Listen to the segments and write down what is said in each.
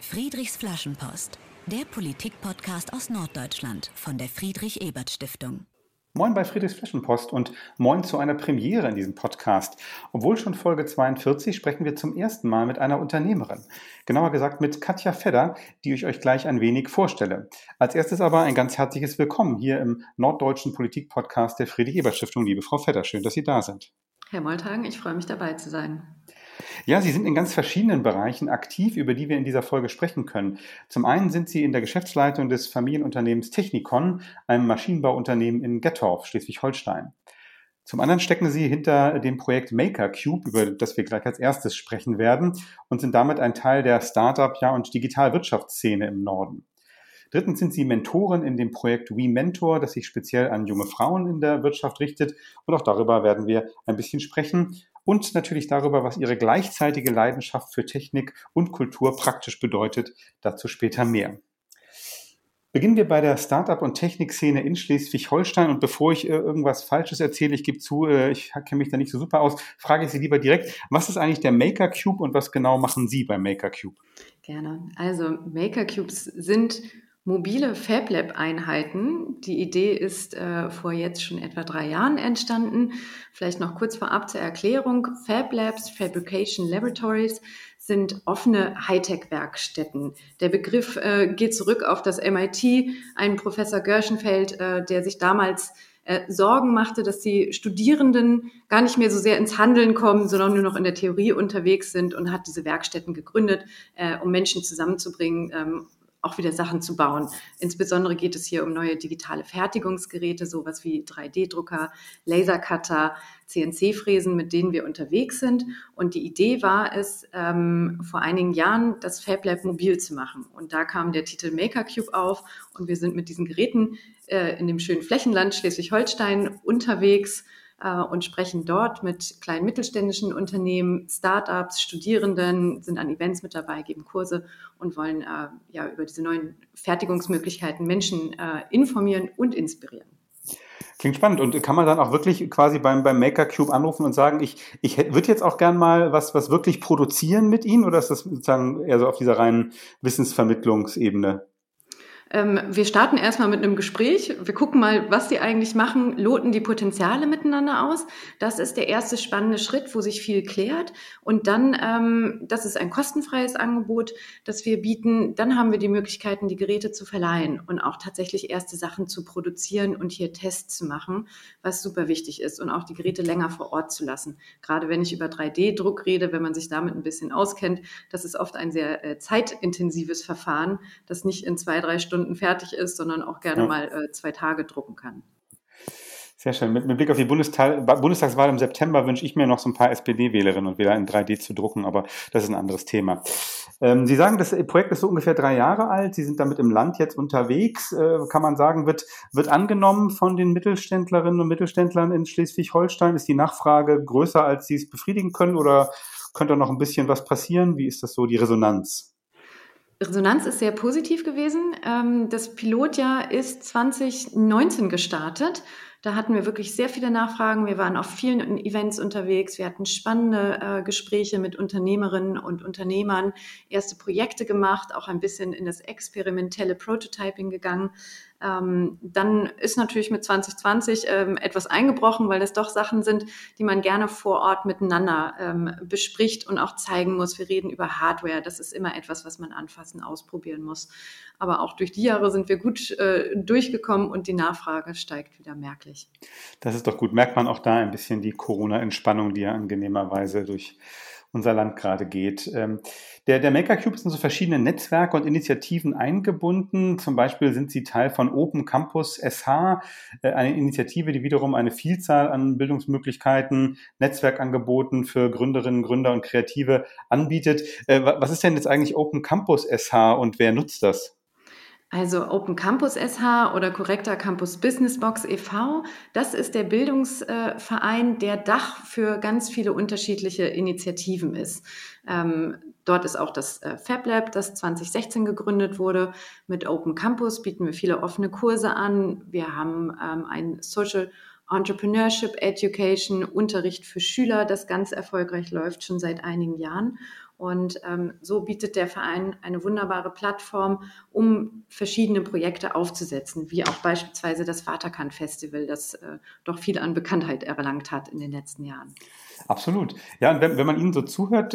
Friedrichs Flaschenpost, der Politik-Podcast aus Norddeutschland von der Friedrich-Ebert-Stiftung. Moin bei Friedrichs Flaschenpost und moin zu einer Premiere in diesem Podcast. Obwohl schon Folge 42 sprechen wir zum ersten Mal mit einer Unternehmerin. Genauer gesagt mit Katja Fedder, die ich euch gleich ein wenig vorstelle. Als erstes aber ein ganz herzliches Willkommen hier im norddeutschen Politik-Podcast der Friedrich-Ebert-Stiftung. Liebe Frau Fedder, schön, dass Sie da sind. Herr Moltagen, ich freue mich dabei zu sein. Ja, Sie sind in ganz verschiedenen Bereichen aktiv, über die wir in dieser Folge sprechen können. Zum einen sind Sie in der Geschäftsleitung des Familienunternehmens Technikon, einem Maschinenbauunternehmen in Gettorf, Schleswig-Holstein. Zum anderen stecken Sie hinter dem Projekt MakerCube, über das wir gleich als erstes sprechen werden, und sind damit ein Teil der Startup- und Digitalwirtschaftsszene im Norden. Drittens sind Sie Mentorin in dem Projekt WeMentor, das sich speziell an junge Frauen in der Wirtschaft richtet. Und auch darüber werden wir ein bisschen sprechen. Und natürlich darüber, was Ihre gleichzeitige Leidenschaft für Technik und Kultur praktisch bedeutet. Dazu später mehr. Beginnen wir bei der Startup- und Technikszene in Schleswig-Holstein. Und bevor ich irgendwas Falsches erzähle, ich gebe zu, ich kenne mich da nicht so super aus, frage ich Sie lieber direkt, was ist eigentlich der MakerCube und was genau machen Sie bei MakerCube? Gerne. Also MakerCubes sind mobile FabLab-Einheiten. Die Idee ist vor jetzt schon etwa 3 Jahren entstanden. Vielleicht noch kurz vorab zur Erklärung. FabLabs, Fabrication Laboratories, sind offene Hightech-Werkstätten. Der Begriff geht zurück auf das MIT, einen Professor Gershenfeld, der sich damals Sorgen machte, dass die Studierenden gar nicht mehr so sehr ins Handeln kommen, sondern nur noch in der Theorie unterwegs sind, und hat diese Werkstätten gegründet, um Menschen zusammenzubringen, auch wieder Sachen zu bauen. Insbesondere geht es hier um neue digitale Fertigungsgeräte, sowas wie 3D-Drucker, Lasercutter, CNC-Fräsen, mit denen wir unterwegs sind. Und die Idee war es, vor einigen Jahren das FabLab mobil zu machen. Und da kam der Titel MakerCube auf, und wir sind mit diesen Geräten in dem schönen Flächenland Schleswig-Holstein unterwegs und sprechen dort mit kleinen mittelständischen Unternehmen, Startups, Studierenden, sind an Events mit dabei, geben Kurse und wollen über diese neuen Fertigungsmöglichkeiten Menschen informieren und inspirieren. Klingt spannend. Und kann man dann auch wirklich quasi beim MakerCube anrufen und sagen, ich würde jetzt auch gern mal was wirklich produzieren mit Ihnen, oder ist das sozusagen eher so auf dieser reinen Wissensvermittlungsebene? Wir starten erstmal mit einem Gespräch. Wir gucken mal, was die eigentlich machen, loten die Potenziale miteinander aus. Das ist der erste spannende Schritt, wo sich viel klärt. Und dann, das ist ein kostenfreies Angebot, das wir bieten. Dann haben wir die Möglichkeiten, die Geräte zu verleihen und auch tatsächlich erste Sachen zu produzieren und hier Tests zu machen, was super wichtig ist, und auch die Geräte länger vor Ort zu lassen. Gerade wenn ich über 3D-Druck rede, wenn man sich damit ein bisschen auskennt, das ist oft ein sehr zeitintensives Verfahren, das nicht in 2-3 Stunden fertig ist, sondern auch gerne mal 2 Tage drucken kann. Sehr schön. Mit Blick auf die Bundestagswahl im September wünsche ich mir noch so ein paar SPD-Wählerinnen und Wähler in 3D zu drucken, aber das ist ein anderes Thema. Sie sagen, das Projekt ist so ungefähr 3 Jahre alt. Sie sind damit im Land jetzt unterwegs. Kann man sagen, wird angenommen von den Mittelständlerinnen und Mittelständlern in Schleswig-Holstein? Ist die Nachfrage größer, als Sie es befriedigen können, oder könnte noch ein bisschen was passieren? Wie ist das so, die Resonanz? Resonanz ist sehr positiv gewesen. Das Pilotjahr ist 2019 gestartet. Da hatten wir wirklich sehr viele Nachfragen. Wir waren auf vielen Events unterwegs. Wir hatten spannende Gespräche mit Unternehmerinnen und Unternehmern, erste Projekte gemacht, auch ein bisschen in das experimentelle Prototyping gegangen. Dann ist natürlich mit 2020 etwas eingebrochen, weil das doch Sachen sind, die man gerne vor Ort miteinander bespricht und auch zeigen muss. Wir reden über Hardware. Das ist immer etwas, was man anfassen, ausprobieren muss. Aber auch durch die Jahre sind wir gut durchgekommen, und die Nachfrage steigt wieder merklich. Das ist doch gut. Merkt man auch da ein bisschen die Corona-Entspannung, die ja angenehmerweise durch unser Land gerade geht. Der MakerCube ist in so verschiedene Netzwerke und Initiativen eingebunden. Zum Beispiel sind sie Teil von Open Campus SH, eine Initiative, die wiederum eine Vielzahl an Bildungsmöglichkeiten, Netzwerkangeboten für Gründerinnen, Gründer und Kreative anbietet. Was ist denn jetzt eigentlich Open Campus SH und wer nutzt das? Also Open Campus SH oder korrekter Campus Business Box e.V., das ist der Bildungsverein, der Dach für ganz viele unterschiedliche Initiativen ist. Dort ist auch das FabLab, das 2016 gegründet wurde. Mit Open Campus bieten wir viele offene Kurse an. Wir haben ein Social Entrepreneurship Education, Unterricht für Schüler, das ganz erfolgreich läuft, schon seit einigen Jahren. Und so bietet der Verein eine wunderbare Plattform, um verschiedene Projekte aufzusetzen, wie auch beispielsweise das Waterkant-Festival, das doch viel an Bekanntheit erlangt hat in den letzten Jahren. Absolut. Ja, und wenn man Ihnen so zuhört,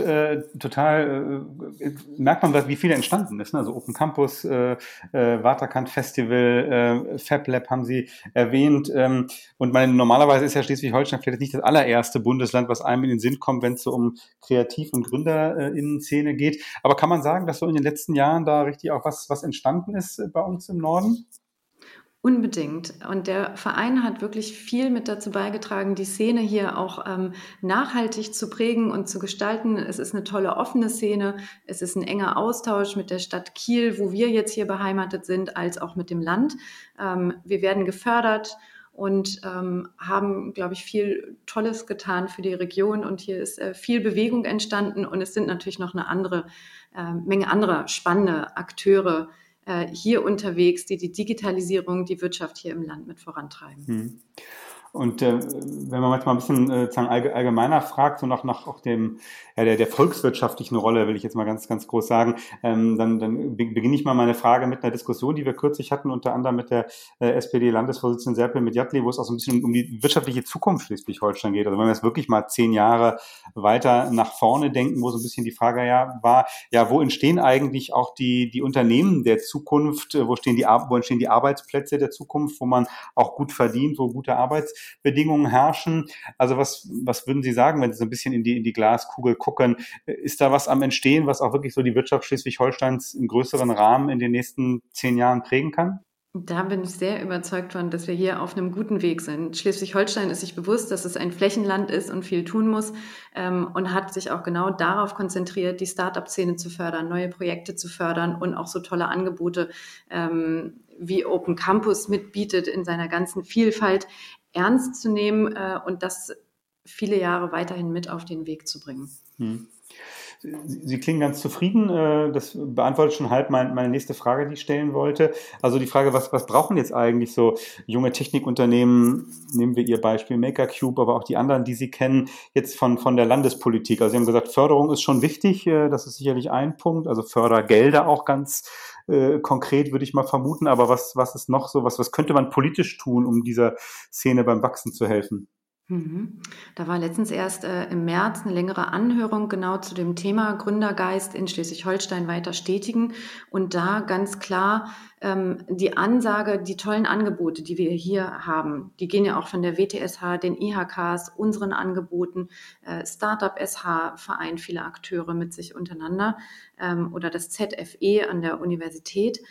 merkt man, wie viel entstanden ist. Ne? Also Open Campus, Waterkant Festival, Fab Lab haben Sie erwähnt. Und normalerweise ist ja Schleswig-Holstein vielleicht nicht das allererste Bundesland, was einem in den Sinn kommt, wenn es so um Kreativ- und GründerInnen-Szene geht. Aber kann man sagen, dass so in den letzten Jahren da richtig auch was entstanden ist bei uns im Norden? Unbedingt. Und der Verein hat wirklich viel mit dazu beigetragen, die Szene hier auch nachhaltig zu prägen und zu gestalten. Es ist eine tolle offene Szene. Es ist ein enger Austausch mit der Stadt Kiel, wo wir jetzt hier beheimatet sind, als auch mit dem Land. Wir werden gefördert und haben, glaube ich, viel Tolles getan für die Region. Und hier ist viel Bewegung entstanden. Und es sind natürlich noch eine Menge anderer spannende Akteure hier unterwegs, die Digitalisierung, die Wirtschaft hier im Land mit vorantreiben. Und wenn man manchmal ein bisschen allgemeiner fragt, so nach auch der volkswirtschaftlichen Rolle, will ich jetzt mal ganz, ganz groß sagen, dann beginne ich mal meine Frage mit einer Diskussion, die wir kürzlich hatten, unter anderem mit der SPD-Landesvorsitzenden Serpil Medjatli, wo es auch so ein bisschen um die wirtschaftliche Zukunft Schleswig-Holstein geht. Also wenn wir jetzt wirklich mal 10 Jahre weiter nach vorne denken, wo so ein bisschen die Frage war, wo entstehen eigentlich auch die Unternehmen der Zukunft, wo entstehen die Arbeitsplätze der Zukunft, wo man auch gut verdient, wo gute Arbeitsbedingungen herrschen. Also was würden Sie sagen, wenn Sie so ein bisschen in die Glaskugel gucken? Ist da was am Entstehen, was auch wirklich so die Wirtschaft Schleswig-Holsteins im größeren Rahmen in den nächsten 10 Jahren prägen kann? Da bin ich sehr überzeugt von, dass wir hier auf einem guten Weg sind. Schleswig-Holstein ist sich bewusst, dass es ein Flächenland ist und viel tun muss und hat sich auch genau darauf konzentriert, die Start-up-Szene zu fördern, neue Projekte zu fördern und auch so tolle Angebote wie Open Campus mitbietet in seiner ganzen Vielfalt ernst zu nehmen und das viele Jahre weiterhin mit auf den Weg zu bringen. Sie klingen ganz zufrieden. Das beantwortet schon halb meine nächste Frage, die ich stellen wollte. Also die Frage, was brauchen jetzt eigentlich so junge Technikunternehmen? Nehmen wir Ihr Beispiel MakerCube, aber auch die anderen, die Sie kennen, jetzt von der Landespolitik. Also Sie haben gesagt, Förderung ist schon wichtig. Das ist sicherlich ein Punkt. Also Fördergelder auch ganz konkret, würde ich mal vermuten. Aber was ist noch so? Was könnte man politisch tun, um dieser Szene beim Wachsen zu helfen? Da war letztens erst im März eine längere Anhörung genau zu dem Thema Gründergeist in Schleswig-Holstein weiter stetigen und da ganz klar die Ansage, die tollen Angebote, die wir hier haben, die gehen ja auch von der WTSH, den IHKs, unseren Angeboten, Startup SH vereint viele Akteure mit sich untereinander oder das ZFE an der Universität,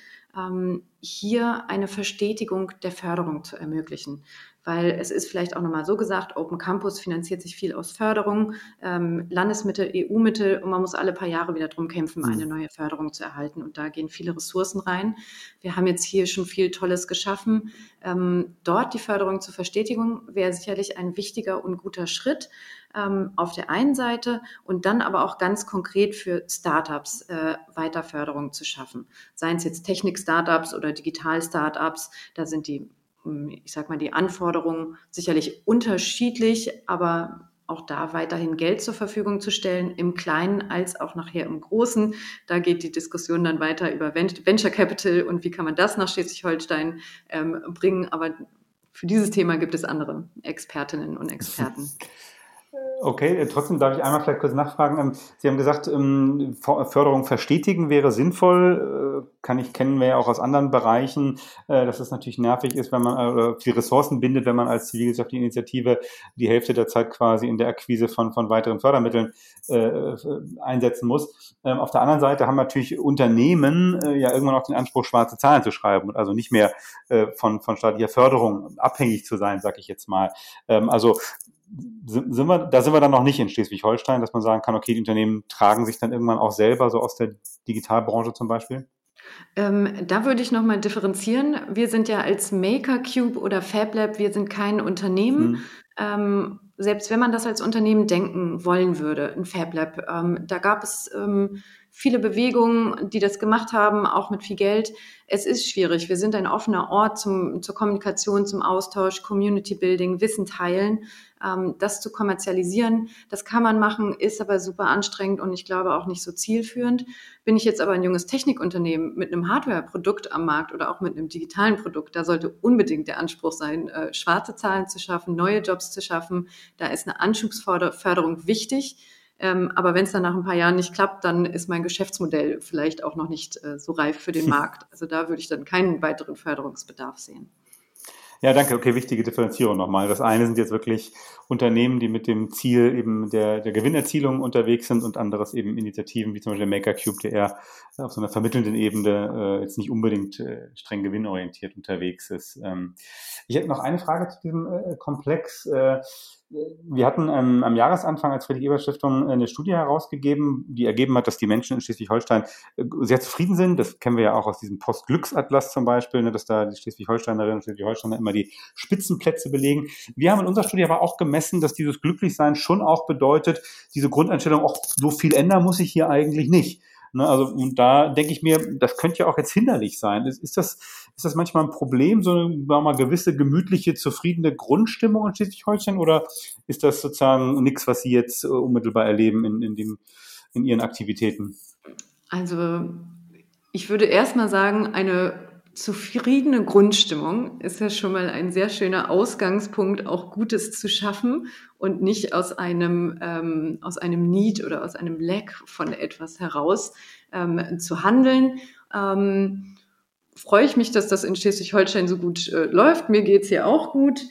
hier eine Verstetigung der Förderung zu ermöglichen. Weil es ist vielleicht auch nochmal so gesagt, Open Campus finanziert sich viel aus Förderung, Landesmittel, EU-Mittel und man muss alle paar Jahre wieder drum kämpfen, eine neue Förderung zu erhalten und da gehen viele Ressourcen rein. Wir haben jetzt hier schon viel Tolles geschaffen. Dort die Förderung zur Verstetigung wäre sicherlich ein wichtiger und guter Schritt auf der einen Seite und dann aber auch ganz konkret für Startups weiter Förderung zu schaffen. Seien es jetzt Technik-Startups oder Digital-Startups, da sind die Anforderungen sicherlich unterschiedlich, aber auch da weiterhin Geld zur Verfügung zu stellen, im Kleinen als auch nachher im Großen. Da geht die Diskussion dann weiter über Venture Capital und wie kann man das nach Schleswig-Holstein bringen. Aber für dieses Thema gibt es andere Expertinnen und Experten. Okay, trotzdem darf ich einmal vielleicht kurz nachfragen. Sie haben gesagt, Förderung verstetigen wäre sinnvoll. Kennen wir ja auch aus anderen Bereichen, dass es natürlich nervig ist, wenn man viel Ressourcen bindet, wenn man als zivilgesellschaftliche Initiative die Hälfte der Zeit quasi in der Akquise von weiteren Fördermitteln einsetzen muss. Auf der anderen Seite haben natürlich Unternehmen ja irgendwann auch den Anspruch, schwarze Zahlen zu schreiben und also nicht mehr von staatlicher Förderung abhängig zu sein, sage ich jetzt mal. Also sind wir dann noch nicht in Schleswig-Holstein, dass man sagen kann, okay, die Unternehmen tragen sich dann irgendwann auch selber, so aus der Digitalbranche zum Beispiel? Da würde ich nochmal differenzieren. Wir sind ja als MakerCube oder FabLab, wir sind kein Unternehmen. Selbst wenn man das als Unternehmen denken wollen würde, ein FabLab, da gab es viele Bewegungen, die das gemacht haben, auch mit viel Geld. Es ist schwierig. Wir sind ein offener Ort zur Kommunikation, zum Austausch, Community Building, Wissen teilen. Das zu kommerzialisieren, das kann man machen, ist aber super anstrengend und ich glaube auch nicht so zielführend. Bin ich jetzt aber ein junges Technikunternehmen mit einem Hardware-Produkt am Markt oder auch mit einem digitalen Produkt, da sollte unbedingt der Anspruch sein, schwarze Zahlen zu schaffen, neue Jobs zu schaffen. Da ist eine Anschubsförderung wichtig. Aber wenn es dann nach ein paar Jahren nicht klappt, dann ist mein Geschäftsmodell vielleicht auch noch nicht so reif für den Markt. Also da würde ich dann keinen weiteren Förderungsbedarf sehen. Ja, danke. Okay, wichtige Differenzierung nochmal. Das eine sind jetzt wirklich Unternehmen, die mit dem Ziel eben der Gewinnerzielung unterwegs sind und anderes eben Initiativen wie zum Beispiel der MakerCube, der eher auf so einer vermittelnden Ebene jetzt nicht unbedingt streng gewinnorientiert unterwegs ist. Ich hätte noch eine Frage zu diesem Komplex. Wir hatten am Jahresanfang als Friedrich-Ebert-Stiftung eine Studie herausgegeben, die ergeben hat, dass die Menschen in Schleswig-Holstein sehr zufrieden sind. Das kennen wir ja auch aus diesem Post-Glücksatlas zum Beispiel, dass da die Schleswig-Holsteinerinnen und Schleswig-Holsteiner immer die Spitzenplätze belegen. Wir haben in unserer Studie aber auch gemessen, dass dieses Glücklichsein schon auch bedeutet, diese Grundeinstellung, auch so viel ändern muss ich hier eigentlich nicht. Ne, also, und da denke ich mir, das könnte ja auch jetzt hinderlich sein. Ist das manchmal ein Problem, so eine gewisse gemütliche, zufriedene Grundstimmung in Schleswig-Holstein, oder ist das sozusagen nichts, was Sie jetzt unmittelbar erleben in Ihren Aktivitäten? Also ich würde erstmal sagen, eine zufriedene Grundstimmung ist ja schon mal ein sehr schöner Ausgangspunkt, auch Gutes zu schaffen und nicht aus einem Need oder aus einem Lack von etwas heraus zu handeln. Freue ich mich, dass das in Schleswig-Holstein so gut läuft. Mir geht's hier auch gut.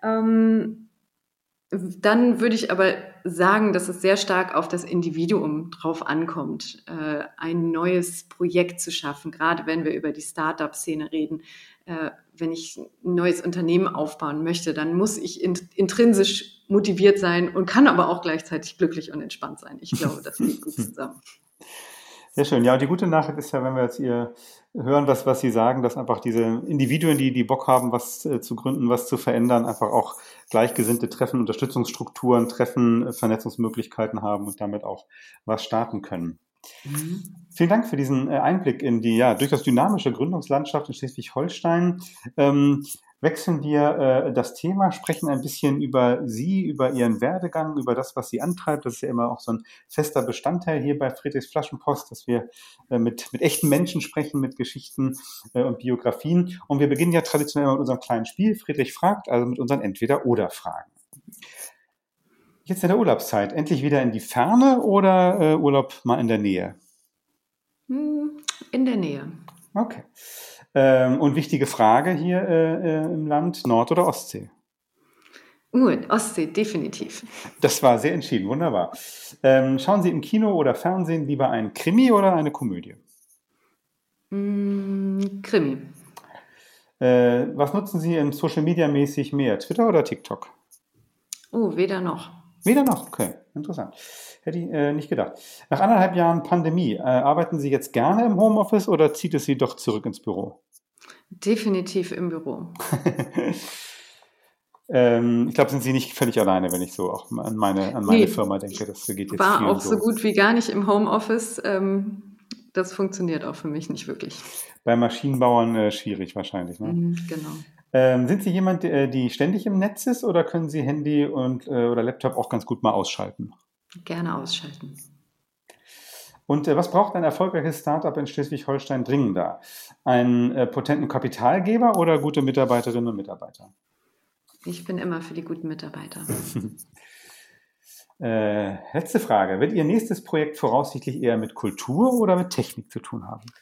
Dann würde ich aber sagen, dass es sehr stark auf das Individuum drauf ankommt, ein neues Projekt zu schaffen, gerade wenn wir über die Start-up-Szene reden. Wenn ich ein neues Unternehmen aufbauen möchte, dann muss ich intrinsisch motiviert sein und kann aber auch gleichzeitig glücklich und entspannt sein. Ich glaube, das geht gut zusammen. Sehr schön. Ja, und die gute Nachricht ist ja, wenn wir jetzt hier hören, was Sie sagen, dass einfach diese Individuen, die Bock haben, was zu gründen, was zu verändern, einfach auch Gleichgesinnte treffen, Unterstützungsstrukturen treffen, Vernetzungsmöglichkeiten haben und damit auch was starten können. Mhm. Vielen Dank für diesen Einblick in die durchaus dynamische Gründungslandschaft in Schleswig-Holstein. Wechseln wir das Thema, sprechen ein bisschen über Sie, über Ihren Werdegang, über das, was Sie antreibt. Das ist ja immer auch so ein fester Bestandteil hier bei Friedrichs Flaschenpost, dass wir mit echten Menschen sprechen, mit Geschichten und Biografien. Und wir beginnen ja traditionell mit unserem kleinen Spiel, Friedrich fragt, also mit unseren Entweder-oder-Fragen. Jetzt in der Urlaubszeit, endlich wieder in die Ferne oder Urlaub mal in der Nähe? In der Nähe. Okay. Und wichtige Frage hier im Land, Nord- oder Ostsee? Ostsee, definitiv. Das war sehr entschieden, wunderbar. Schauen Sie im Kino oder Fernsehen lieber ein Krimi oder eine Komödie? Krimi. Was nutzen Sie in Social Media mäßig mehr, Twitter oder TikTok? Weder noch. Weder noch, okay, interessant. Hätte ich nicht gedacht. Nach 1,5 Jahren Pandemie, arbeiten Sie jetzt gerne im Homeoffice oder zieht es Sie doch zurück ins Büro? Definitiv im Büro. Ich glaube, sind Sie nicht völlig alleine, wenn ich so auch an meine Firma denke. Das geht jetzt war auch so gut wie gar nicht im Homeoffice. Das funktioniert auch für mich nicht wirklich. Bei Maschinenbauern schwierig wahrscheinlich, ne? Genau. Sind Sie jemand, die ständig im Netz ist, oder können Sie Handy oder Laptop auch ganz gut mal ausschalten? Gerne ausschalten. Und was braucht ein erfolgreiches Startup in Schleswig-Holstein dringender? Einen potenten Kapitalgeber oder gute Mitarbeiterinnen und Mitarbeiter? Ich bin immer für die guten Mitarbeiter. Letzte Frage. Wird Ihr nächstes Projekt voraussichtlich eher mit Kultur oder mit Technik zu tun haben?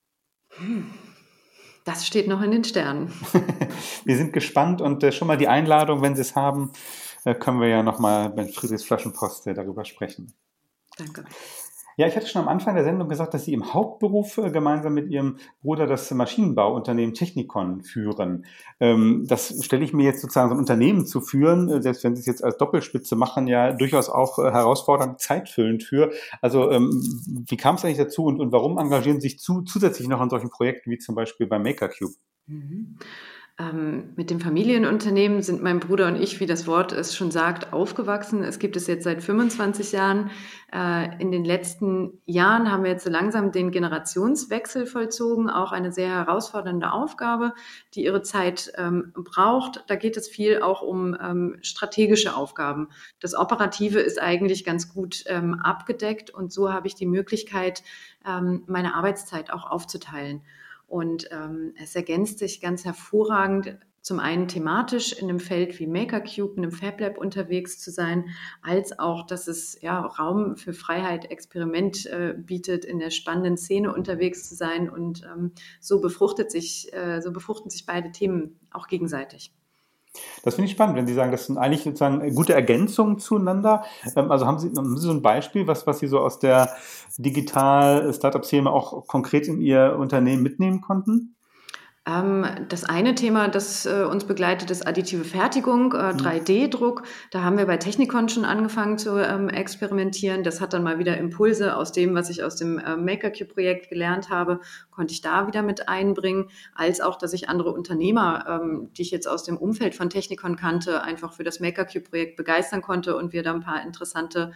Das steht noch in den Sternen. Wir sind gespannt und schon mal die Einladung, wenn Sie es haben, können wir ja nochmal bei Friedrichs Flaschenpost darüber sprechen. Danke. Ja, ich hatte schon am Anfang der Sendung gesagt, dass Sie im Hauptberuf gemeinsam mit Ihrem Bruder das Maschinenbauunternehmen Technikon führen. Das stelle ich mir jetzt sozusagen, so ein Unternehmen zu führen, selbst wenn Sie es jetzt als Doppelspitze machen, ja durchaus auch herausfordernd, zeitfüllend für. Also wie kam es eigentlich dazu und warum engagieren Sie sich zusätzlich noch an solchen Projekten wie zum Beispiel beim MakerCube? Mit dem Familienunternehmen sind mein Bruder und ich, wie das Wort es schon sagt, aufgewachsen. Es gibt es jetzt seit 25 Jahren. In den letzten Jahren haben wir jetzt so langsam den Generationswechsel vollzogen, auch eine sehr herausfordernde Aufgabe, die ihre Zeit braucht. Da geht es viel auch um strategische Aufgaben. Das Operative ist eigentlich ganz gut abgedeckt und so habe ich die Möglichkeit, meine Arbeitszeit auch aufzuteilen. Und es ergänzt sich ganz hervorragend, zum einen thematisch in einem Feld wie MakerCube, in einem FabLab unterwegs zu sein, als auch, dass es Raum für Freiheit, Experiment bietet, in der spannenden Szene unterwegs zu sein. Und so befruchten sich beide Themen auch gegenseitig. Das finde ich spannend, wenn Sie sagen, das sind eigentlich sozusagen gute Ergänzungen zueinander. Also haben Sie so ein Beispiel, was Sie so aus der Digital-Startup-Szene auch konkret in Ihr Unternehmen mitnehmen konnten? Das eine Thema, das uns begleitet, ist additive Fertigung, 3D-Druck. Da haben wir bei Technikon schon angefangen zu experimentieren. Das hat dann mal wieder Impulse aus dem, was ich aus dem MakerCube-Projekt gelernt habe, konnte ich da wieder mit einbringen, als auch, dass ich andere Unternehmer, die ich jetzt aus dem Umfeld von Technikon kannte, einfach für das MakerCube-Projekt begeistern konnte und wir da ein paar interessante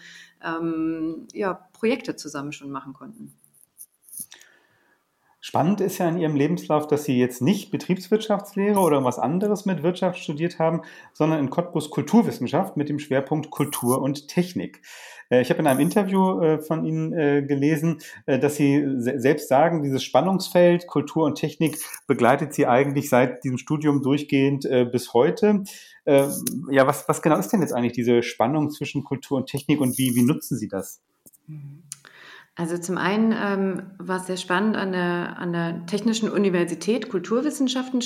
Projekte zusammen schon machen konnten. Spannend ist ja in Ihrem Lebenslauf, dass Sie jetzt nicht Betriebswirtschaftslehre oder was anderes mit Wirtschaft studiert haben, sondern in Cottbus Kulturwissenschaft mit dem Schwerpunkt Kultur und Technik. Ich habe in einem Interview von Ihnen gelesen, dass Sie selbst sagen, dieses Spannungsfeld Kultur und Technik begleitet Sie eigentlich seit diesem Studium durchgehend bis heute. Was genau ist denn jetzt eigentlich diese Spannung zwischen Kultur und Technik und wie nutzen Sie das? Also zum einen war es sehr spannend, an der Technischen Universität Kulturwissenschaften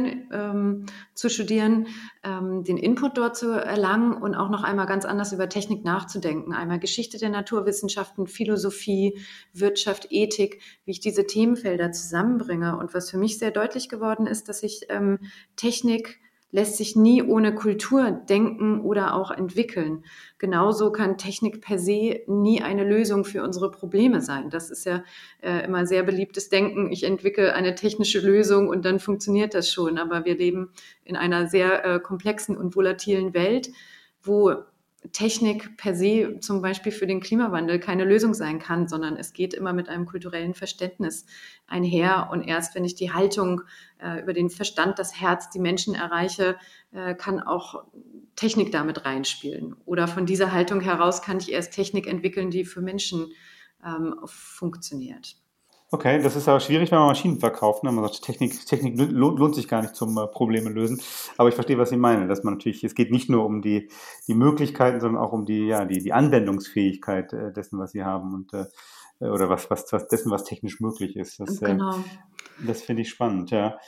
zu studieren, den Input dort zu erlangen und auch noch einmal ganz anders über Technik nachzudenken. Einmal Geschichte der Naturwissenschaften, Philosophie, Wirtschaft, Ethik, wie ich diese Themenfelder zusammenbringe. Und was für mich sehr deutlich geworden ist, dass ich Technik lässt sich nie ohne Kultur denken oder auch entwickeln. Genauso kann Technik per se nie eine Lösung für unsere Probleme sein. Das ist ja immer sehr beliebtes Denken. Ich entwickle eine technische Lösung und dann funktioniert das schon. Aber wir leben in einer sehr komplexen und volatilen Welt, wo Technik per se zum Beispiel für den Klimawandel keine Lösung sein kann, sondern es geht immer mit einem kulturellen Verständnis einher. Und erst wenn ich die Haltung über den Verstand, das Herz, die Menschen erreiche, kann auch Technik damit reinspielen. Oder von dieser Haltung heraus kann ich erst Technik entwickeln, die für Menschen funktioniert. Okay, das ist aber schwierig, wenn man Maschinen verkauft. Ne? Man sagt, Technik lohnt sich gar nicht zum Probleme lösen. Aber ich verstehe, was Sie meinen, dass man natürlich, es geht nicht nur um die Möglichkeiten, sondern auch um die Anwendungsfähigkeit dessen, was Sie haben und oder was dessen, was technisch möglich ist. Genau. Das finde ich spannend, ja.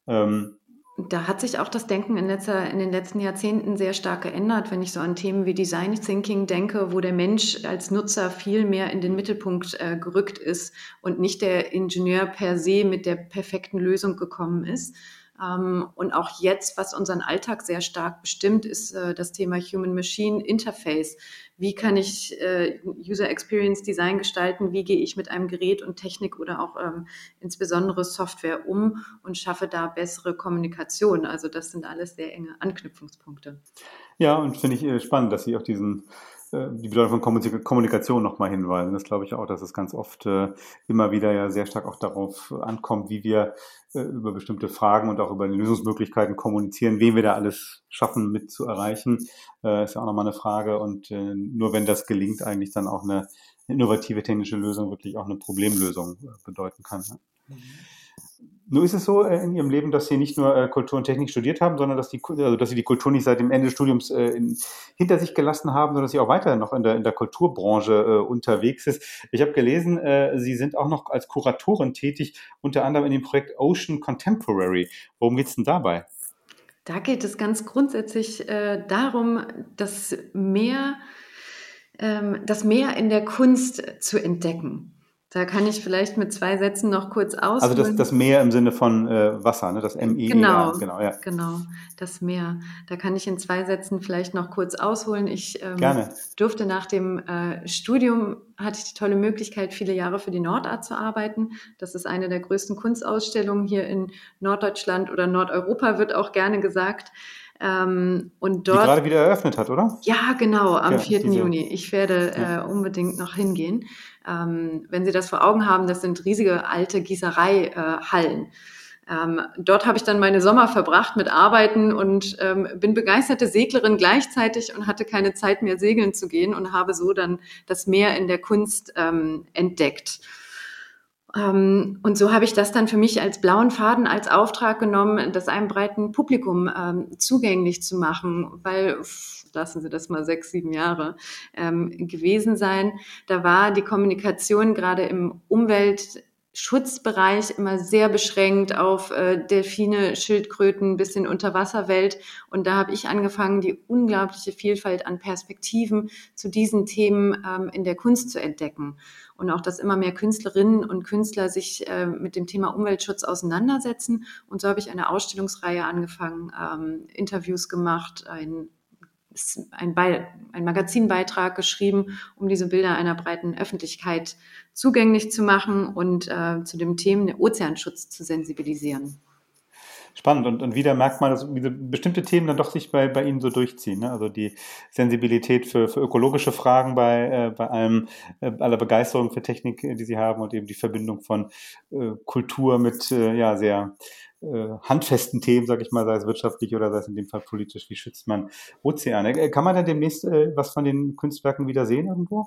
Da hat sich auch das Denken in den letzten Jahrzehnten sehr stark geändert, wenn ich so an Themen wie Design Thinking denke, wo der Mensch als Nutzer viel mehr in den Mittelpunkt gerückt ist und nicht der Ingenieur per se mit der perfekten Lösung gekommen ist. Und auch jetzt, was unseren Alltag sehr stark bestimmt, ist das Thema Human-Machine Interface. Wie kann ich User Experience Design gestalten? Wie gehe ich mit einem Gerät und Technik oder auch insbesondere Software um und schaffe da bessere Kommunikation? Also das sind alles sehr enge Anknüpfungspunkte. Ja, und finde ich spannend, dass Sie auf die Bedeutung von Kommunikation nochmal hinweisen. Das glaube ich auch, dass es ganz oft immer wieder ja sehr stark auch darauf ankommt, wie wir über bestimmte Fragen und auch über Lösungsmöglichkeiten kommunizieren, wen wir da alles schaffen mit zu erreichen, ist ja auch nochmal eine Frage. Und nur wenn das gelingt, eigentlich dann auch eine innovative technische Lösung wirklich auch eine Problemlösung bedeuten kann. Ne? Nur ist es so in Ihrem Leben, dass Sie nicht nur Kultur und Technik studiert haben, sondern dass Sie die Kultur nicht seit dem Ende des Studiums hinter sich gelassen haben, sondern dass Sie auch weiterhin noch in der Kulturbranche unterwegs ist. Ich habe gelesen, Sie sind auch noch als Kuratorin tätig, unter anderem in dem Projekt Ocean Contemporary. Worum geht es denn dabei? Da geht es ganz grundsätzlich darum, das Meer in der Kunst zu entdecken. Da kann ich vielleicht mit 2 Sätzen noch kurz Also ausholen. das Meer im Sinne von Wasser, ne? Das MEER, genau, ja. Genau, das Meer. Da kann ich in 2 Sätzen vielleicht noch kurz ausholen. Ich Gerne. durfte nach dem Studium, hatte ich die tolle Möglichkeit, viele Jahre für die Nordart zu arbeiten. Das ist eine der größten Kunstausstellungen hier in Norddeutschland oder Nordeuropa, wird auch gerne gesagt. Und Die dort, gerade wieder eröffnet hat, oder? ja, genau, am Ja, 4. Juni. Ich werde unbedingt noch hingehen. Wenn Sie das vor Augen haben, das sind riesige alte Gießereihallen. Dort habe ich dann meine Sommer verbracht mit Arbeiten und bin begeisterte Seglerin gleichzeitig und hatte keine Zeit mehr segeln zu gehen und habe so dann das Meer in der Kunst entdeckt. Und so habe ich das dann für mich als blauen Faden, als Auftrag genommen, das einem breiten Publikum zugänglich zu machen, weil, lassen Sie das mal 6, 7 Jahre gewesen sein. Da war die Kommunikation gerade im Umweltschutzbereich immer sehr beschränkt auf Delfine, Schildkröten, bisschen Unterwasserwelt. Und da habe ich angefangen, die unglaubliche Vielfalt an Perspektiven zu diesen Themen in der Kunst zu entdecken. Und auch, dass immer mehr Künstlerinnen und Künstler sich mit dem Thema Umweltschutz auseinandersetzen. Und so habe ich eine Ausstellungsreihe angefangen, Interviews gemacht, ein Magazinbeitrag geschrieben, um diese Bilder einer breiten Öffentlichkeit zugänglich zu machen und zu dem Thema Ozeanschutz zu sensibilisieren. Spannend. Und wieder merkt man, dass bestimmte Themen dann doch sich bei Ihnen so durchziehen. Ne? Also die Sensibilität für ökologische Fragen bei allem, aller Begeisterung für Technik, die Sie haben, und eben die Verbindung von Kultur mit sehr handfesten Themen, sage ich mal, sei es wirtschaftlich oder sei es in dem Fall politisch. Wie schützt man Ozeane? Kann man dann demnächst was von den Kunstwerken wieder sehen irgendwo?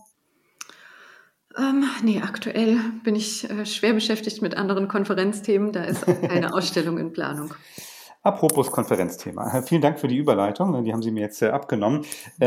Nee, aktuell bin ich schwer beschäftigt mit anderen Konferenzthemen. Da ist auch keine Ausstellung in Planung. Apropos Konferenzthema. Vielen Dank für die Überleitung. Die haben Sie mir jetzt abgenommen.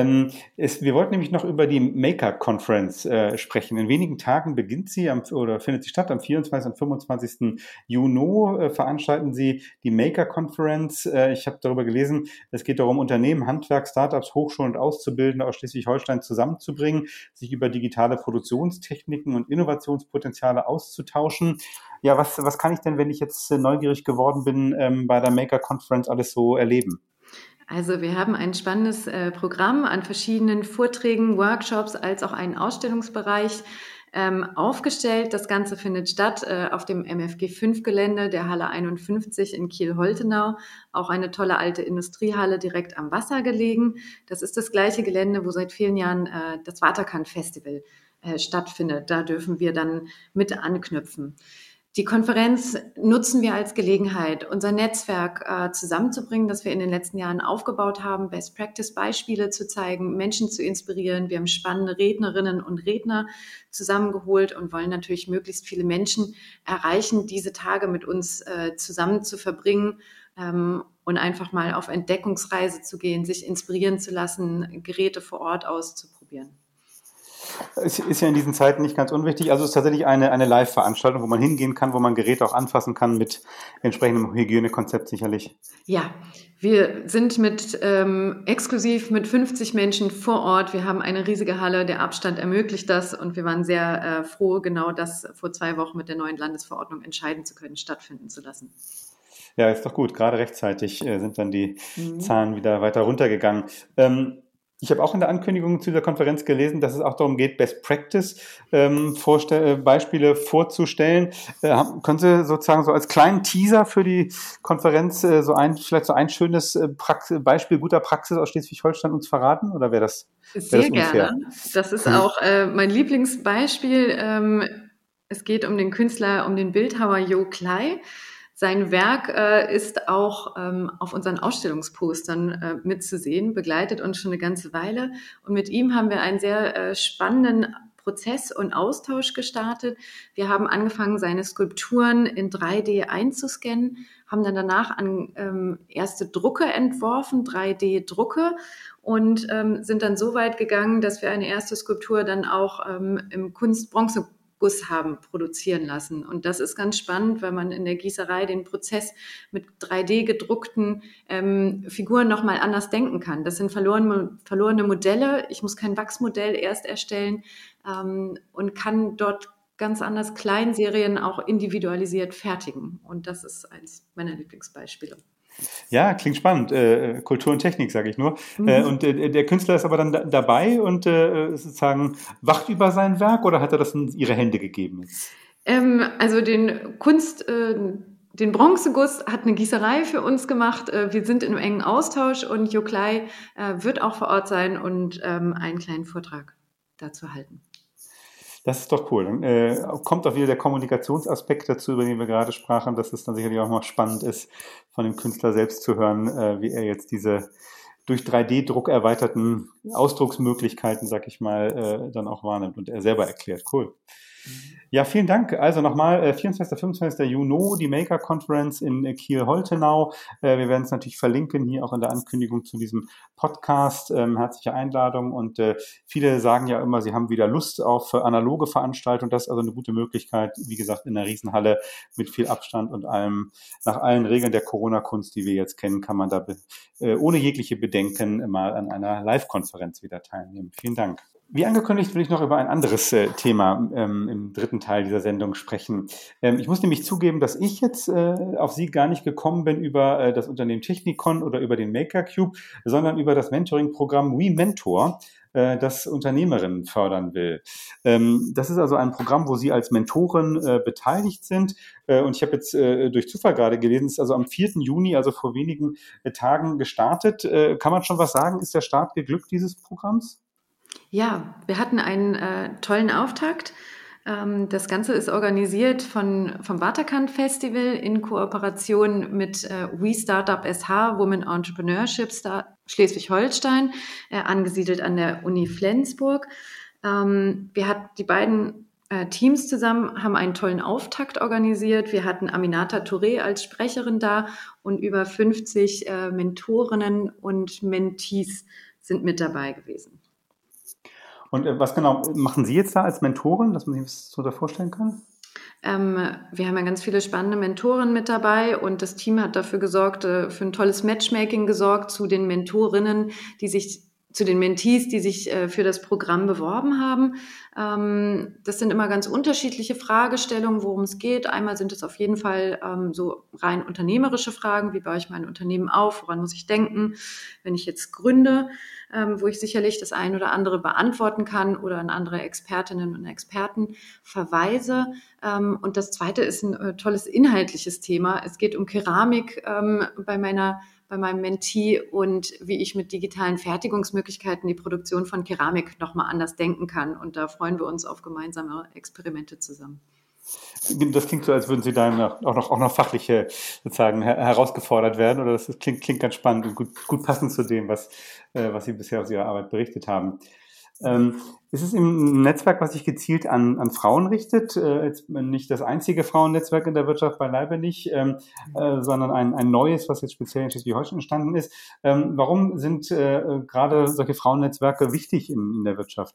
Wir wollten nämlich noch über die Maker Conference sprechen. In wenigen Tagen beginnt sie findet sie statt. Am 24. und 25. Juni veranstalten Sie die Maker Conference. Ich habe darüber gelesen, es geht darum, Unternehmen, Handwerk, Startups, Hochschulen und Auszubildende aus Schleswig-Holstein zusammenzubringen, sich über digitale Produktionstechniken und Innovationspotenziale auszutauschen. Ja, was kann ich denn, wenn ich jetzt neugierig geworden bin, bei der Maker Conference alles so erleben? Also wir haben ein spannendes Programm an verschiedenen Vorträgen, Workshops als auch einen Ausstellungsbereich aufgestellt. Das Ganze findet statt auf dem MFG5-Gelände der Halle 51 in Kiel-Holtenau. Auch eine tolle alte Industriehalle direkt am Wasser gelegen. Das ist das gleiche Gelände, wo seit vielen Jahren das Waterkant-Festival stattfindet. Da dürfen wir dann mit anknüpfen. Die Konferenz nutzen wir als Gelegenheit, unser Netzwerk zusammenzubringen, das wir in den letzten Jahren aufgebaut haben, Best-Practice-Beispiele zu zeigen, Menschen zu inspirieren. Wir haben spannende Rednerinnen und Redner zusammengeholt und wollen natürlich möglichst viele Menschen erreichen, diese Tage mit uns zusammen zu verbringen und einfach mal auf Entdeckungsreise zu gehen, sich inspirieren zu lassen, Geräte vor Ort auszuprobieren. Es ist ja in diesen Zeiten nicht ganz unwichtig. Also es ist tatsächlich eine Live-Veranstaltung, wo man hingehen kann, wo man Geräte auch anfassen kann mit entsprechendem Hygienekonzept sicherlich. Ja, wir sind exklusiv mit 50 Menschen vor Ort. Wir haben eine riesige Halle, der Abstand ermöglicht das und wir waren sehr froh, genau das vor 2 Wochen mit der neuen Landesverordnung entscheiden zu können, stattfinden zu lassen. Ja, ist doch gut. Gerade rechtzeitig sind dann die Zahlen wieder weiter runtergegangen. Ich habe auch in der Ankündigung zu dieser Konferenz gelesen, dass es auch darum geht, Best Practice Beispiele vorzustellen. Können Sie sozusagen so als kleinen Teaser für die Konferenz vielleicht so ein schönes Beispiel guter Praxis aus Schleswig-Holstein uns verraten? Oder wäre das Sehr unfair? gerne. Das ist auch mein Lieblingsbeispiel. Es geht um den Künstler, um den Bildhauer Jo Klei. Sein Werk ist auch auf unseren Ausstellungspostern mitzusehen, begleitet uns schon eine ganze Weile. Und mit ihm haben wir einen sehr spannenden Prozess und Austausch gestartet. Wir haben angefangen, seine Skulpturen in 3D einzuscannen, haben dann danach erste Drucke entworfen, 3D-Drucke, und sind dann so weit gegangen, dass wir eine erste Skulptur dann auch im Kunstbronze haben produzieren lassen. Und das ist ganz spannend, weil man in der Gießerei den Prozess mit 3D gedruckten Figuren nochmal anders denken kann. Das sind verlorene Modelle. Ich muss kein Wachsmodell erst erstellen und kann dort ganz anders Kleinserien auch individualisiert fertigen. Und das ist eins meiner Lieblingsbeispiele. Ja, klingt spannend. Kultur und Technik, sage ich nur. Mhm. Und der Künstler ist aber dann dabei und sozusagen wacht über sein Werk oder hat er das in Ihre Hände gegeben? Also den Bronzeguss hat eine Gießerei für uns gemacht. Wir sind in einem engen Austausch und Jo Klei wird auch vor Ort sein und einen kleinen Vortrag dazu halten. Das ist doch cool. Dann kommt auch wieder der Kommunikationsaspekt dazu, über den wir gerade sprachen, dass es dann sicherlich auch mal spannend ist, von dem Künstler selbst zu hören, wie er jetzt diese durch 3D-Druck erweiterten Ausdrucksmöglichkeiten, sag ich mal, dann auch wahrnimmt und er selber erklärt. Cool. Ja, vielen Dank. Also nochmal 24. 25. Juni, die Maker Conference in Kiel-Holtenau. Wir werden es natürlich verlinken, hier auch in der Ankündigung zu diesem Podcast. Herzliche Einladung und viele sagen ja immer, sie haben wieder Lust auf analoge Veranstaltungen. Das ist also eine gute Möglichkeit, wie gesagt, in der Riesenhalle mit viel Abstand und allem, nach allen Regeln der Corona-Kunst, die wir jetzt kennen, kann man da ohne jegliche Bedenken mal an einer Live-Konferenz wieder teilnehmen. Vielen Dank. Wie angekündigt, will ich noch über ein anderes Thema im dritten Teil dieser Sendung sprechen. Ich muss nämlich zugeben, dass ich jetzt auf Sie gar nicht gekommen bin über das Unternehmen Technikon oder über den Maker Cube, sondern über das Mentoring-Programm WeMentor, das Unternehmerinnen fördern will. Das ist also ein Programm, wo Sie als Mentorin beteiligt sind. Und ich habe jetzt durch Zufall gerade gelesen, es ist also am 4. Juni, also vor wenigen Tagen gestartet. Kann man schon was sagen? Ist der Start geglückt dieses Programms? Ja, wir hatten einen tollen Auftakt. Das Ganze ist organisiert vom Waterkant Festival in Kooperation mit We Startup SH, Women Entrepreneurship Schleswig-Holstein, angesiedelt an der Uni Flensburg. Wir hatten die beiden Teams zusammen, haben einen tollen Auftakt organisiert. Wir hatten Aminata Touré als Sprecherin da und über 50 Mentorinnen und Mentees sind mit dabei gewesen. Und was genau machen Sie jetzt da als Mentorin, dass man sich das so da vorstellen kann? Wir haben ja ganz viele spannende Mentoren mit dabei und das Team hat dafür gesorgt, für ein tolles Matchmaking gesorgt zu den Mentorinnen, zu den Mentees, die sich für das Programm beworben haben. Das sind immer ganz unterschiedliche Fragestellungen, worum es geht. Einmal sind es auf jeden Fall so rein unternehmerische Fragen, wie baue ich mein Unternehmen auf, woran muss ich denken, wenn ich jetzt gründe, wo ich sicherlich das ein oder andere beantworten kann oder an andere Expertinnen und Experten verweise. Und das Zweite ist ein tolles inhaltliches Thema. Es geht um Keramik bei meinem Mentee und wie ich mit digitalen Fertigungsmöglichkeiten die Produktion von Keramik nochmal anders denken kann. Und da freuen wir uns auf gemeinsame Experimente zusammen. Das klingt so, als würden Sie dann auch noch fachliche sozusagen herausgefordert werden, oder das klingt ganz spannend und gut passend zu dem, was Sie bisher aus Ihrer Arbeit berichtet haben. Ist es ein Netzwerk, was sich gezielt an Frauen richtet? Jetzt nicht das einzige Frauennetzwerk in der Wirtschaft, beileibe nicht, sondern ein neues, was jetzt speziell in Schleswig-Holstein entstanden ist. Warum sind gerade solche Frauennetzwerke wichtig in der Wirtschaft?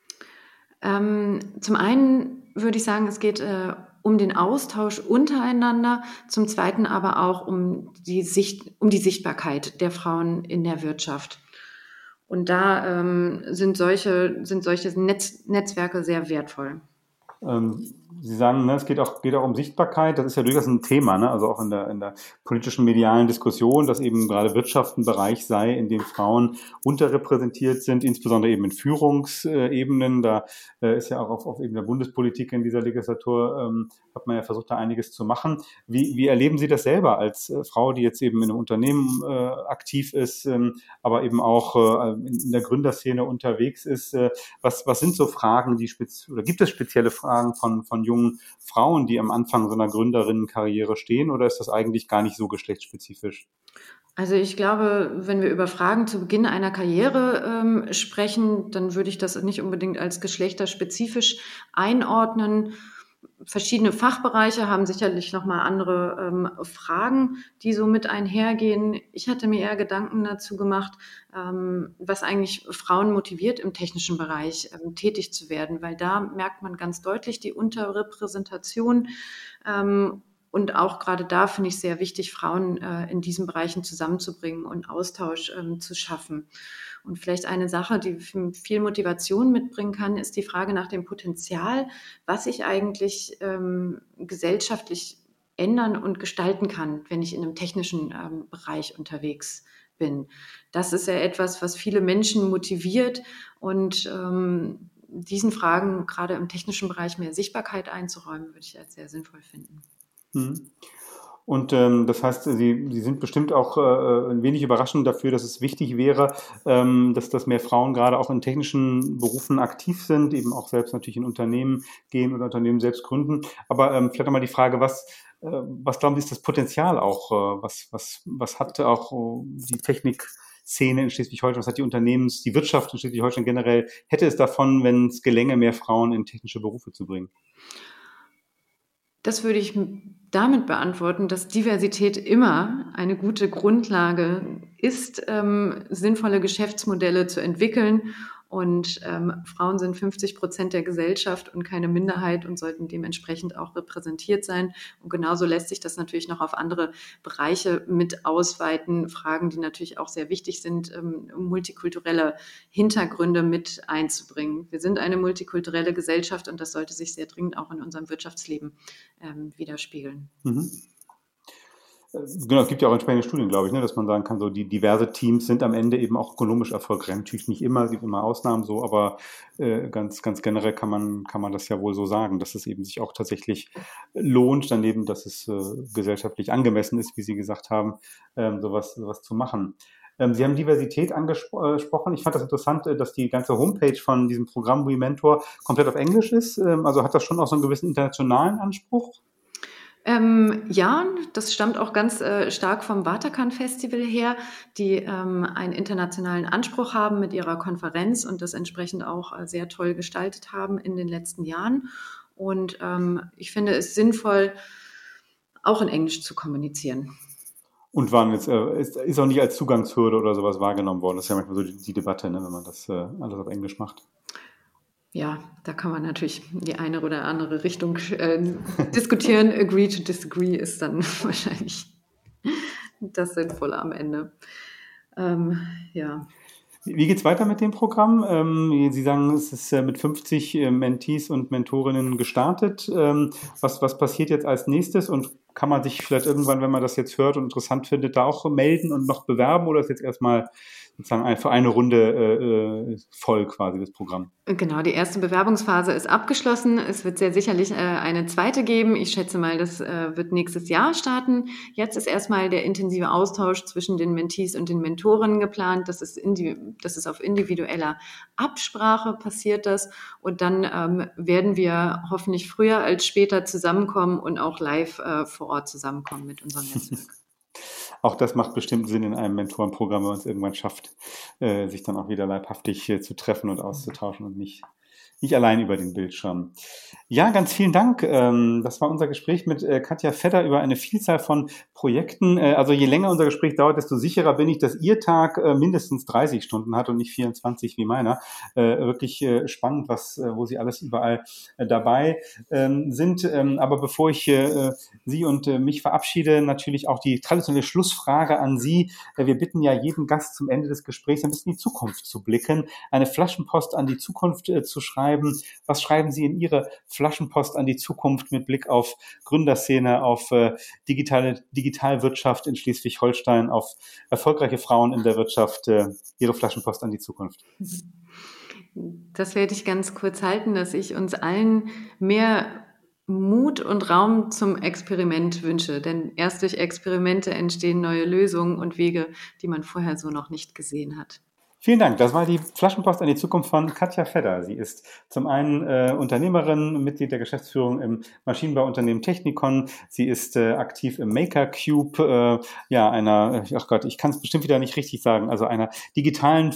Zum einen würde ich sagen, es geht um den Austausch untereinander, zum Zweiten aber auch um die Sichtbarkeit der Frauen in der Wirtschaft. Und da sind solche Netzwerke sehr wertvoll. Sie sagen, ne, es geht auch um Sichtbarkeit. Das ist ja durchaus ein Thema, ne? Also auch in der politischen medialen Diskussion, dass eben gerade Wirtschaft ein Bereich sei, in dem Frauen unterrepräsentiert sind, insbesondere eben in Führungsebenen. Da ist ja auch auf Ebene der Bundespolitik in dieser Legislatur hat man ja versucht, da einiges zu machen. Wie erleben Sie das selber als Frau, die jetzt eben in einem Unternehmen aktiv ist, aber eben auch in der Gründerszene unterwegs ist? Was sind so Fragen, oder gibt es spezielle Fragen von jungen Frauen, die am Anfang so einer Gründerinnenkarriere stehen, oder ist das eigentlich gar nicht so geschlechtsspezifisch? Also ich glaube, wenn wir über Fragen zu Beginn einer Karriere sprechen, dann würde ich das nicht unbedingt als geschlechterspezifisch einordnen. Verschiedene Fachbereiche haben sicherlich nochmal andere Fragen, die so mit einhergehen. Ich hatte mir eher Gedanken dazu gemacht, was eigentlich Frauen motiviert, im technischen Bereich tätig zu werden, weil da merkt man ganz deutlich die Unterrepräsentation. Und auch gerade da finde ich sehr wichtig, Frauen in diesen Bereichen zusammenzubringen und Austausch zu schaffen. Und vielleicht eine Sache, die viel Motivation mitbringen kann, ist die Frage nach dem Potenzial, was ich eigentlich gesellschaftlich ändern und gestalten kann, wenn ich in einem technischen Bereich unterwegs bin. Das ist ja etwas, was viele Menschen motiviert und diesen Fragen gerade im technischen Bereich mehr Sichtbarkeit einzuräumen, würde ich als sehr sinnvoll finden. Und das heißt, Sie sind bestimmt auch ein wenig überraschend dafür, dass es wichtig wäre, dass mehr Frauen gerade auch in technischen Berufen aktiv sind, eben auch selbst natürlich in Unternehmen gehen oder Unternehmen selbst gründen. Aber vielleicht einmal die Frage, was glauben Sie, ist das Potenzial auch? Was hat auch die Technikszene in Schleswig-Holstein, was hat die Wirtschaft in Schleswig-Holstein generell, hätte es davon, wenn es gelänge, mehr Frauen in technische Berufe zu bringen? Das würde ich damit beantworten, dass Diversität immer eine gute Grundlage ist, sinnvolle Geschäftsmodelle zu entwickeln. Und Frauen sind 50% der Gesellschaft und keine Minderheit und sollten dementsprechend auch repräsentiert sein. Und genauso lässt sich das natürlich noch auf andere Bereiche mit ausweiten. Fragen, die natürlich auch sehr wichtig sind, multikulturelle Hintergründe mit einzubringen. Wir sind eine multikulturelle Gesellschaft und das sollte sich sehr dringend auch in unserem Wirtschaftsleben widerspiegeln. Genau, es gibt ja auch entsprechende Studien, glaube ich, dass man sagen kann, so die diverse Teams sind am Ende eben auch ökonomisch erfolgreich. Natürlich nicht immer, es gibt immer Ausnahmen so, aber ganz generell kann man das ja wohl so sagen, dass es eben sich auch tatsächlich lohnt, daneben, dass es gesellschaftlich angemessen ist, wie Sie gesagt haben, sowas zu machen. Sie haben Diversität angesprochen. Ich fand das interessant, dass die ganze Homepage von diesem Programm WeMentor komplett auf Englisch ist. Also hat das schon auch so einen gewissen internationalen Anspruch? Ja, das stammt auch ganz stark vom Vatakan Festival her, die einen internationalen Anspruch haben mit ihrer Konferenz und das entsprechend auch sehr toll gestaltet haben in den letzten Jahren. Und ich finde es sinnvoll, auch in Englisch zu kommunizieren. Und ist auch nicht als Zugangshürde oder sowas wahrgenommen worden. Das ist ja manchmal so die Debatte, wenn man das alles auf Englisch macht. Ja, da kann man natürlich die eine oder andere Richtung diskutieren. Agree to disagree ist dann wahrscheinlich das Sinnvolle am Ende. Ja. Wie geht's weiter mit dem Programm? Sie sagen, es ist mit 50 Mentees und Mentorinnen gestartet. Was passiert jetzt als nächstes und kann man sich vielleicht irgendwann, wenn man das jetzt hört und interessant findet, da auch melden und noch bewerben oder ist jetzt erstmal sozusagen für eine Runde voll quasi das Programm? Genau, die erste Bewerbungsphase ist abgeschlossen. Es wird sehr sicherlich eine zweite geben. Ich schätze mal, das wird nächstes Jahr starten. Jetzt ist erstmal der intensive Austausch zwischen den Mentees und den Mentorinnen geplant. Das ist auf individueller Absprache passiert das. Und dann werden wir hoffentlich früher als später zusammenkommen und auch live vor Ort zusammenkommen mit unserem Netzwerk. Auch das macht bestimmt Sinn in einem Mentorenprogramm, wenn man es irgendwann schafft, sich dann auch wieder leibhaftig zu treffen und auszutauschen und nicht allein über den Bildschirm. Ja, ganz vielen Dank. Das war unser Gespräch mit Katja Fedder über eine Vielzahl von Projekten. Also je länger unser Gespräch dauert, desto sicherer bin ich, dass Ihr Tag mindestens 30 Stunden hat und nicht 24 wie meiner. Wirklich spannend, wo Sie alles überall dabei sind. Aber bevor ich Sie und mich verabschiede, natürlich auch die traditionelle Schlussfrage an Sie. Wir bitten ja jeden Gast zum Ende des Gesprächs ein bisschen in die Zukunft zu blicken, eine Flaschenpost an die Zukunft zu schreiben. Was schreiben Sie in Ihre Flaschenpost an die Zukunft mit Blick auf Gründerszene, auf Digitalwirtschaft in Schleswig-Holstein, auf erfolgreiche Frauen in der Wirtschaft? Ihre Flaschenpost an die Zukunft. Das werde ich ganz kurz halten, dass ich uns allen mehr Mut und Raum zum Experiment wünsche. Denn erst durch Experimente entstehen neue Lösungen und Wege, die man vorher so noch nicht gesehen hat. Vielen Dank. Das war die Flaschenpost an die Zukunft von Katja Fedder. Sie ist zum einen Unternehmerin, Mitglied der Geschäftsführung im Maschinenbauunternehmen Technikon. Sie ist aktiv im Maker Cube, ich kann es bestimmt wieder nicht richtig sagen, also einer digitalen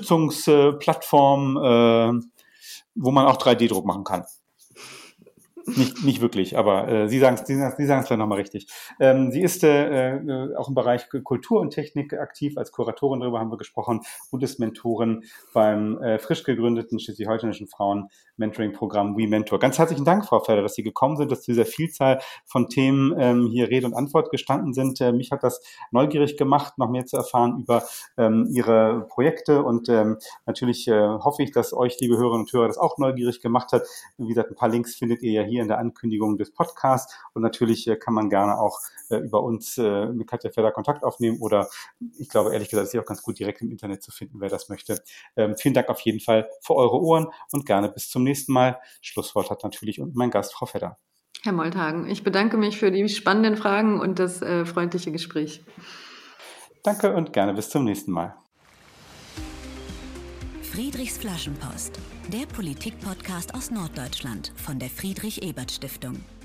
Unterstützungsplattform, wo man auch 3D-Druck machen kann. Nicht wirklich, aber Sie sagen es vielleicht nochmal richtig. Sie ist auch im Bereich Kultur und Technik aktiv, als Kuratorin, darüber haben wir gesprochen, und ist Mentorin beim frisch gegründeten schleswig-holsteinischen Frauen-Mentoring-Programm WeMentor. Ganz herzlichen Dank, Frau Felder, dass Sie gekommen sind, dass zu dieser Vielzahl von Themen hier Rede und Antwort gestanden sind. Mich hat das neugierig gemacht, noch mehr zu erfahren über Ihre Projekte und natürlich hoffe ich, dass euch, liebe Hörerinnen und Hörer, das auch neugierig gemacht hat. Wie gesagt, ein paar Links findet ihr ja hier in der Ankündigung des Podcasts und natürlich kann man gerne auch über uns mit Katja Felder Kontakt aufnehmen oder ich glaube, ehrlich gesagt, ist sie auch ganz gut direkt im Internet zu finden, wer das möchte. Vielen Dank auf jeden Fall für eure Ohren und gerne bis zum nächsten Mal. Schlusswort hat natürlich mein Gast, Frau Felder. Herr Molthagen, ich bedanke mich für die spannenden Fragen und das freundliche Gespräch. Danke und gerne bis zum nächsten Mal. Friedrichs Flaschenpost, der Politik-Podcast aus Norddeutschland von der Friedrich-Ebert-Stiftung.